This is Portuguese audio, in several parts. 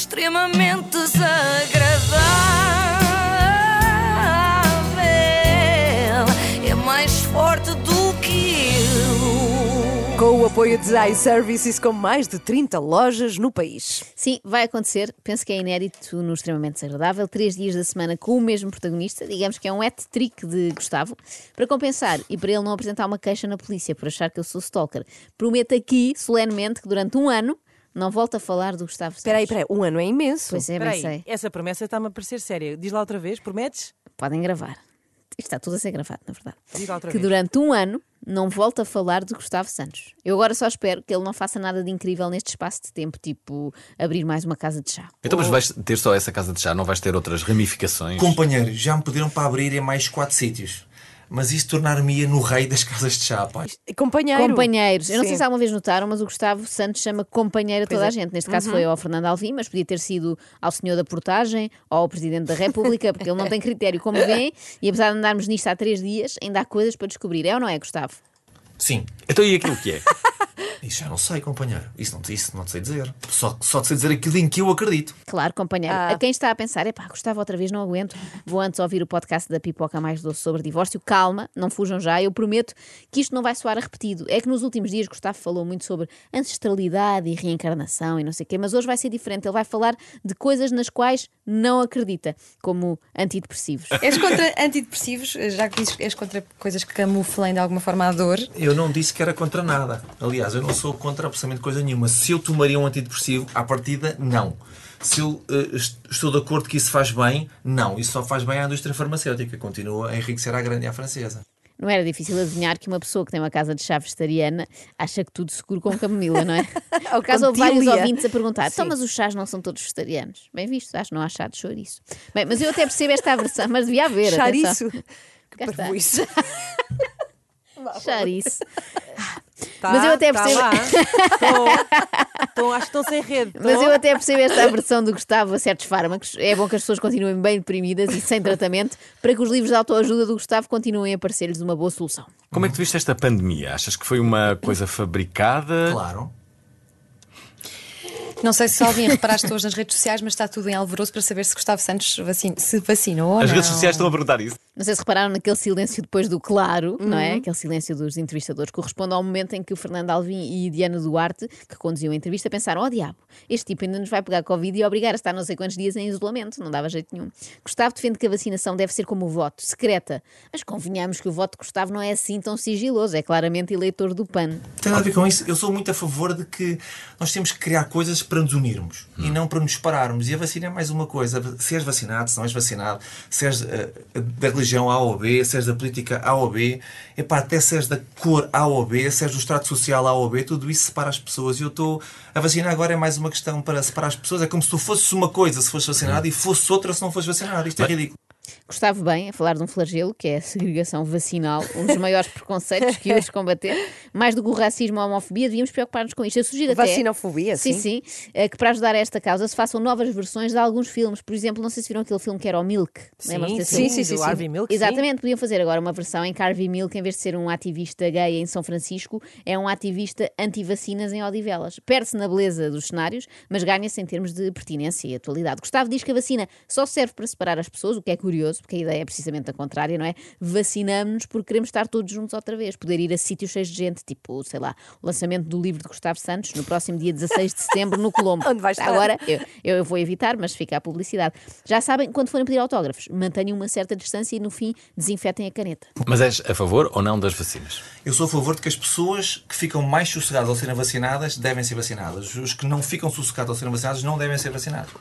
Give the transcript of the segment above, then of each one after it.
extremamente desagradável. É mais forte do que eu. Com o apoio de iServices, com mais de 30 lojas no país. Sim, vai acontecer. Penso que é inédito no Extremamente Desagradável. 3 dias da semana com o mesmo protagonista. Digamos que é um hat-trick de Gustavo. Para compensar e para ele não apresentar uma queixa na polícia por achar que eu sou stalker, prometo aqui, solenemente, que durante um ano não volto a falar do Gustavo Santos. Espera aí, um ano é imenso. Pois é, bem sei. Essa promessa está-me a parecer séria. Diz lá outra vez, prometes? Podem gravar. Isto está tudo a ser gravado, na verdade. Diz lá outra Que vez. durante um ano não volto a falar de Gustavo Santos. Eu agora só espero que ele não faça nada de incrível neste espaço de tempo, tipo abrir mais uma casa de chá. Então, mas vais ter só essa casa de chá, não vais ter outras ramificações? Companheiro, já me pediram para abrir em mais 4 sítios. Mas isso tornar-me-ia no rei das casas de chá, pá. Companheiro. Companheiros. Eu não sei Sim. se alguma vez notaram, mas o Gustavo Santos chama companheiro a toda a gente. Neste caso foi ao Fernando Alvim, mas podia ter sido ao senhor da portagem ou ao Presidente da República, porque ele não tem critério, como vêem, e apesar de andarmos nisto há 3 dias, ainda há coisas para descobrir. É ou não é, Gustavo? Sim. Então e aquilo que é? Isso já não sei, companheiro. Isso não te sei dizer. Só te sei dizer aquilo em que eu acredito. Claro, companheiro. A quem está a pensar, epá, Gustavo, outra vez não aguento, vou antes ouvir o podcast da Pipoca Mais Doce sobre divórcio. Calma, não fujam já, eu prometo que isto não vai soar a repetido. É que nos últimos dias Gustavo falou muito sobre ancestralidade e reencarnação e não sei o quê, mas hoje vai ser diferente. Ele vai falar de coisas nas quais não acredita, como antidepressivos. És contra antidepressivos, já que dizes que és contra coisas que camuflem de alguma forma a dor. Eu não disse que era contra nada. Aliás, eu não sou contra absolutamente coisa nenhuma. Se eu tomaria um antidepressivo, à partida, não. Se eu estou de acordo que isso faz bem, não. Isso só faz bem à indústria farmacêutica. Continua a enriquecer a grande e à francesa. Não era difícil adivinhar que uma pessoa que tem uma casa de chá vegetariana acha que tudo se cura com camomila, não é? Por acaso houve vários tília. ouvintes a perguntar: então, Sim. mas os chás não são todos vegetarianos? Bem visto, acho que não há chá de chouriço. Bem, mas eu até percebo esta aversão, mas devia haver. Chariço. atenção. Que Cá está. parvoíce. Chariço. Tá, Mas eu até tá percebo- lá. Acho que estão sem rede. Mas eu até percebo esta aversão do Gustavo a certos fármacos. É bom que as pessoas continuem bem deprimidas e sem tratamento para que os livros de autoajuda do Gustavo continuem a parecer-lhes uma boa solução. Como é que tu viste esta pandemia? Achas que foi uma coisa fabricada? Claro. Não sei se alguém reparaste hoje nas redes sociais, mas está tudo em alvoroço para saber se Gustavo Santos se vacinou ou As não. redes sociais estão a perguntar isso. Não sei se repararam naquele silêncio depois do claro, não é? Aquele silêncio dos entrevistadores corresponde ao momento em que o Fernando Alvim e Diana Duarte, que conduziam a entrevista, pensaram: oh diabo, este tipo ainda nos vai pegar Covid e obrigar a estar não sei quantos dias em isolamento. Não dava jeito nenhum. Gustavo defende que a vacinação deve ser como o voto, secreta. Mas convenhamos que o voto de Gustavo não é assim tão sigiloso. É claramente eleitor do PAN. Tem nada a ver com isso. Eu sou muito a favor de que nós temos que criar coisas para nos unirmos e não para nos separarmos. E a vacina é mais uma coisa. Se és vacinado, se não és vacinado, se és da religião A ou B, se és da política A ou B, epá, até se és da cor A ou B, se és do extrato social A ou B, tudo isso separa as pessoas. E eu estou... A vacina agora é mais uma questão para separar as pessoas. É como se tu fosses uma coisa se fosses vacinado e fosses outra se não fosses vacinado. Isto é ridículo. Gustavo bem a falar de um flagelo, que é a segregação vacinal, um dos maiores preconceitos que hoje combater. Mais do que o racismo ou a homofobia, devíamos preocupar-nos com isto. Eu sugiro até... Vacinofobia, sim. Sim, que para ajudar a esta causa se façam novas versões de alguns filmes. Por exemplo, não sei se viram aquele filme que era o Milk. Lembram-se desse filme? Do Harvey Milk. Exatamente, podiam fazer agora uma versão em que Harvey Milk, em vez de ser um ativista gay em São Francisco, é um ativista anti-vacinas em Odivelas. Perde-se na beleza dos cenários, mas ganha-se em termos de pertinência e atualidade. Gustavo diz que a vacina só serve para separar as pessoas, o que é curioso, porque a ideia é precisamente a contrária, não é? Vacinamos-nos porque queremos estar todos juntos outra vez, poder ir a sítios cheios de gente, tipo, sei lá, o lançamento do livro de Gustavo Santos no próximo dia 16 de setembro no Colombo. Onde vai estar? Agora, eu vou evitar, mas fica a publicidade. Já sabem, quando forem pedir autógrafos, mantenham uma certa distância e no fim desinfetem a caneta. Mas és a favor ou não das vacinas? Eu sou a favor de que as pessoas que ficam mais sossegadas ao serem vacinadas devem ser vacinadas. Os que não ficam sossegados ao serem vacinados não devem ser vacinados.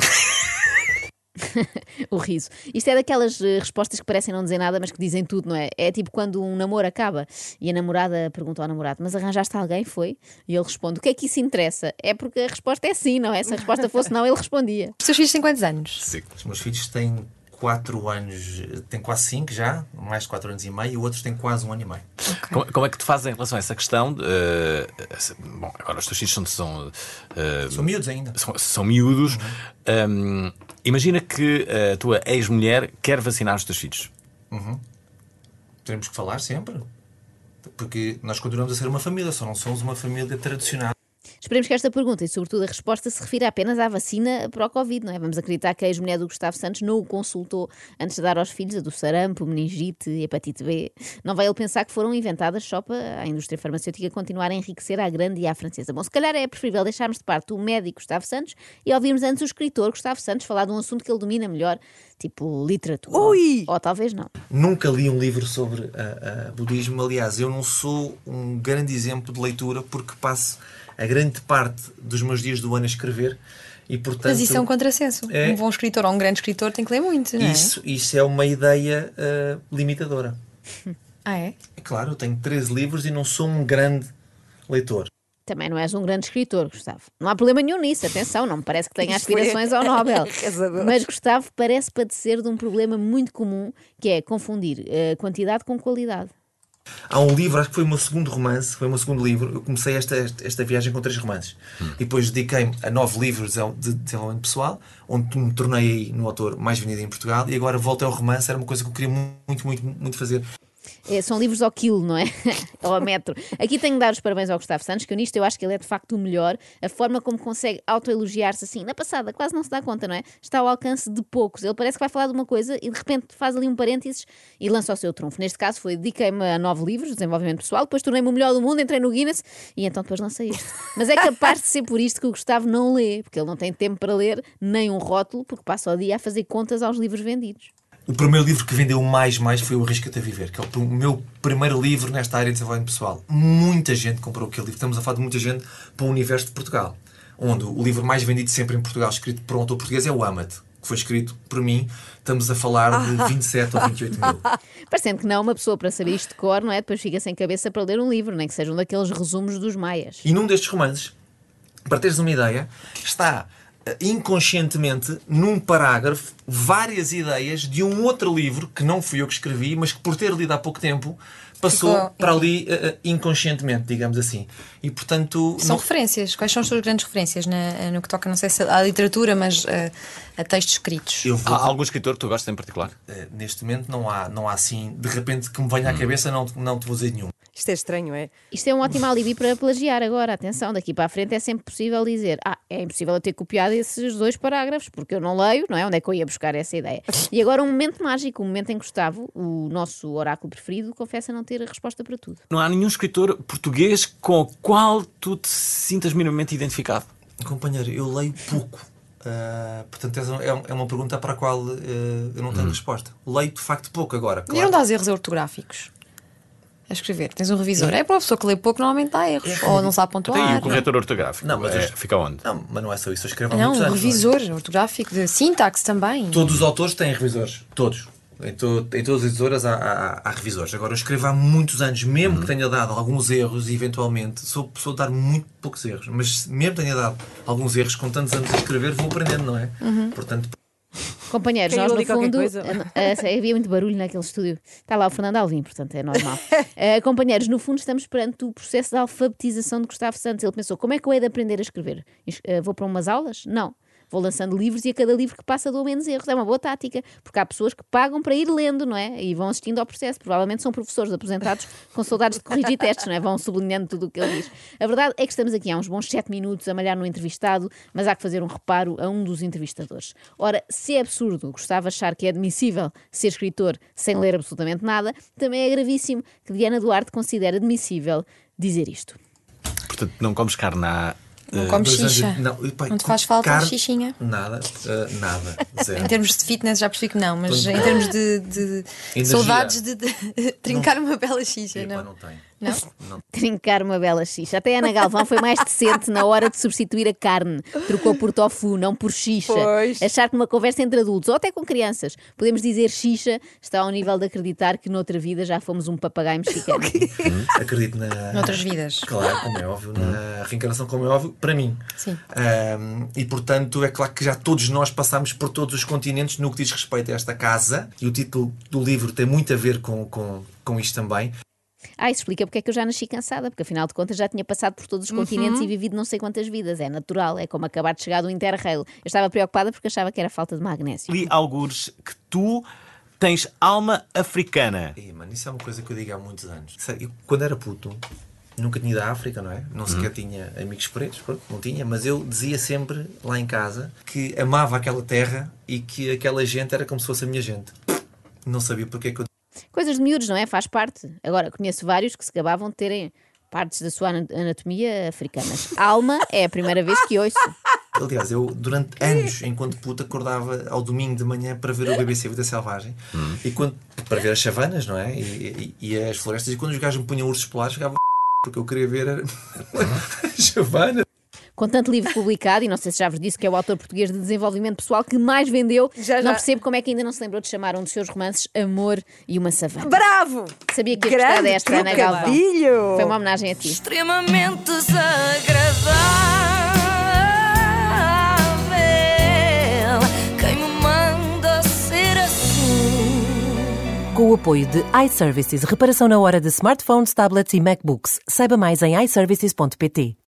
O riso. Isto é daquelas respostas que parecem não dizer nada, mas que dizem tudo, não é? É tipo quando um namoro acaba e a namorada pergunta ao namorado: mas arranjaste alguém, foi? E ele responde: o que é que isso interessa? É porque a resposta é sim, não é? Se a resposta fosse não, ele respondia. Os teus filhos têm quantos anos? Sim. Os meus filhos têm 4 anos, têm quase 5 já, mais de 4 anos e meio, e o outro tem quase 1 ano e meio. Como é que tu fazes em relação a essa questão? Bom, agora os teus filhos São miúdos ainda. são miúdos. Imagina que a tua ex-mulher quer vacinar os teus filhos. Teremos que falar sempre. Porque nós continuamos a ser uma família, só não somos uma família tradicional. Esperemos que esta pergunta e, sobretudo, a resposta se refira apenas à vacina para o Covid, não é? Vamos acreditar que a ex-mulher do Gustavo Santos não o consultou antes de dar aos filhos a do sarampo, meningite, hepatite B. Não vai ele pensar que foram inventadas só para a indústria farmacêutica continuar a enriquecer à grande e à francesa. Bom, se calhar é preferível deixarmos de parte o médico Gustavo Santos e ouvirmos antes o escritor Gustavo Santos falar de um assunto que ele domina melhor, tipo literatura. Ui! Ou talvez não. Nunca li um livro sobre budismo. Aliás, eu não sou um grande exemplo de leitura porque passo a grande parte dos meus dias do ano a escrever e, portanto... Mas isso é um contrassenso. É. Um bom escritor ou um grande escritor tem que ler muito, não é? Isso é uma ideia limitadora. Ah, é? É claro, eu tenho 13 livros e não sou um grande leitor. Também não és um grande escritor, Gustavo. Não há problema nenhum nisso, atenção, não me parece que tenha Isto foi aspirações ao Nobel. arrasador. Mas Gustavo parece padecer de um problema muito comum, que é confundir quantidade com qualidade. Há um livro, acho que foi o meu segundo romance, foi o meu segundo livro. Eu comecei esta viagem com 3 romances. E depois dediquei-me a 9 livros de desenvolvimento pessoal, onde me tornei aí no autor mais vendido em Portugal. E agora voltei ao romance, era uma coisa que eu queria muito fazer. São livros ao quilo, não é? Ou ao metro. Aqui tenho de dar os parabéns ao Gustavo Santos, que eu nisto eu acho que ele é de facto o melhor. A forma como consegue autoelogiar-se assim, na passada, quase não se dá conta, não é? Está ao alcance de poucos. Ele parece que vai falar de uma coisa e de repente faz ali um parênteses e lança o seu trunfo. Neste caso foi, dediquei-me a 9 livros de desenvolvimento pessoal, depois tornei-me o melhor do mundo, entrei no Guinness e então depois lancei isto. Mas é capaz de ser por isto que o Gustavo não lê, porque ele não tem tempo para ler nem um rótulo, porque passa o dia a fazer contas aos livros vendidos. O primeiro livro que vendeu mais foi o Arrisca-te a Viver, que é o meu primeiro livro nesta área de desenvolvimento pessoal. Muita gente comprou aquele livro. Estamos a falar de muita gente para o universo de Portugal, onde o livro mais vendido sempre em Portugal, escrito por um autor português, é o Ama-te, que foi escrito por mim. Estamos a falar de 27 ou 28 mil. Parecendo que não, uma pessoa para saber isto de cor, não é? Depois fica sem cabeça para ler um livro, nem que seja um daqueles resumos dos maias. E num destes romances, para teres uma ideia, está inconscientemente num parágrafo várias ideias de um outro livro que não fui eu que escrevi, mas que por ter lido há pouco tempo passou para ali inconscientemente, digamos assim. E portanto São referências. Quais são as suas grandes referências no que toca, não sei se à literatura, mas a textos escritos? Há algum escritor que tu gostas em particular? Neste momento não há assim, de repente que me venha à cabeça, não te vou dizer nenhum. Isto é estranho, é? Isto é um ótimo alibi para plagiar agora. Atenção, daqui para a frente é sempre possível dizer é impossível eu ter copiado esses 2 parágrafos, porque eu não leio, não é? Onde é que eu ia buscar essa ideia? E agora um momento mágico, um momento em que Gustavo, o nosso oráculo preferido, confessa não ter a resposta para tudo. Não há nenhum escritor português com o qual tu te sintas minimamente identificado? Companheiro, eu leio pouco. Portanto, é uma pergunta para a qual eu não tenho resposta. Leio de facto pouco agora. E não dás erros ortográficos a escrever? Tens um revisor. É para a pessoa que lê pouco, normalmente dá erros. Ou não sabe pontuar. Tem o corretor ortográfico. Não, mas fica onde? Não, mas não é só isso. Eu escrevo há Não, muitos um anos. revisor ortográfico, de sintaxe também. Todos os autores têm revisores. Todos. Em todas as editoras há revisores. Agora, eu escrevo há muitos anos, mesmo que tenha dado alguns erros, e eventualmente sou pessoa de dar muito poucos erros, mas mesmo que tenha dado alguns erros, com tantos anos a escrever, vou aprendendo, não é? Portanto, Companheiros, Caiu nós no ali qualquer fundo coisa. havia muito barulho naquele estúdio. Está lá o Fernando Alvim, portanto é normal. Companheiros, no fundo estamos perante o processo de alfabetização de Gustavo Santos. Ele pensou, como é que eu hei de aprender a escrever? Vou para umas aulas? Não. Vou lançando livros e a cada livro que passa dou menos erros. É uma boa tática, porque há pessoas que pagam para ir lendo, não é? E vão assistindo ao processo. Provavelmente são professores aposentados com saudades de corrigir testes, não é? Vão sublinhando tudo o que ele diz. A verdade é que estamos aqui há uns bons 7 minutos a malhar no entrevistado, mas há que fazer um reparo a um dos entrevistadores. Ora, se é absurdo Gustavo achar que é admissível ser escritor sem ler absolutamente nada, também é gravíssimo que Diana Duarte considere admissível dizer isto. Portanto, não comes carne à... Não comes xixa. não Não te faz falta a xixinha? Nada. Zero. Em termos de fitness já percebi que não, mas em termos de Energia. saudades de trincar uma bela xixa, Epá, não? não tenho. Não? Trincar uma bela xixa. Até a Ana Galvão foi mais decente na hora de substituir a carne. Trocou por tofu, não por xixa. Pois. Achar que numa conversa entre adultos, ou até com crianças, podemos dizer xixa, está ao nível de acreditar que noutra vida já fomos um papagaio mexicano. Acredito na... Noutras vidas. Claro, como é óbvio, na reencarnação, como é óbvio, para mim. Sim. E portanto, é claro que já todos nós passamos por todos os continentes no que diz respeito a esta casa, e o título do livro tem muito a ver com isto também. Isso explica porque é que eu já nasci cansada, porque afinal de contas já tinha passado por todos os continentes e vivido não sei quantas vidas. É natural, é como acabar de chegar do Interrail. Eu estava preocupada porque achava que era falta de magnésio. Li algures que tu tens alma africana. Mano, isso é uma coisa que eu digo há muitos anos. Eu, quando era puto, nunca tinha ido à África, não é? Não sequer tinha amigos pretos, pronto, não tinha, mas eu dizia sempre lá em casa que amava aquela terra e que aquela gente era como se fosse a minha gente. Não sabia porque é que eu... Coisas de miúdos, não é? Faz parte. Agora, conheço vários que se gabavam de terem partes da sua anatomia africanas. Alma é a primeira vez que ouço. Aliás, eu durante anos, enquanto puto, acordava ao domingo de manhã para ver o BBC Vida Selvagem para ver as savanas, não é? E as florestas. E quando os gajos me punham ursos polares, ficava porque eu queria ver as savanas. Com tanto livro publicado, e não sei se já vos disse que é o autor português de desenvolvimento pessoal que mais vendeu, não percebo como é que ainda não se lembrou de chamar um dos seus romances Amor e uma Savana. Bravo! Sabia que ia gostar Grande desta, Ana Galvão. trocadilho! Foi uma homenagem a ti. Extremamente desagradável. Quem me manda ser assim? Com o apoio de iServices, reparação na hora de smartphones, tablets e MacBooks. Saiba mais em iServices.pt.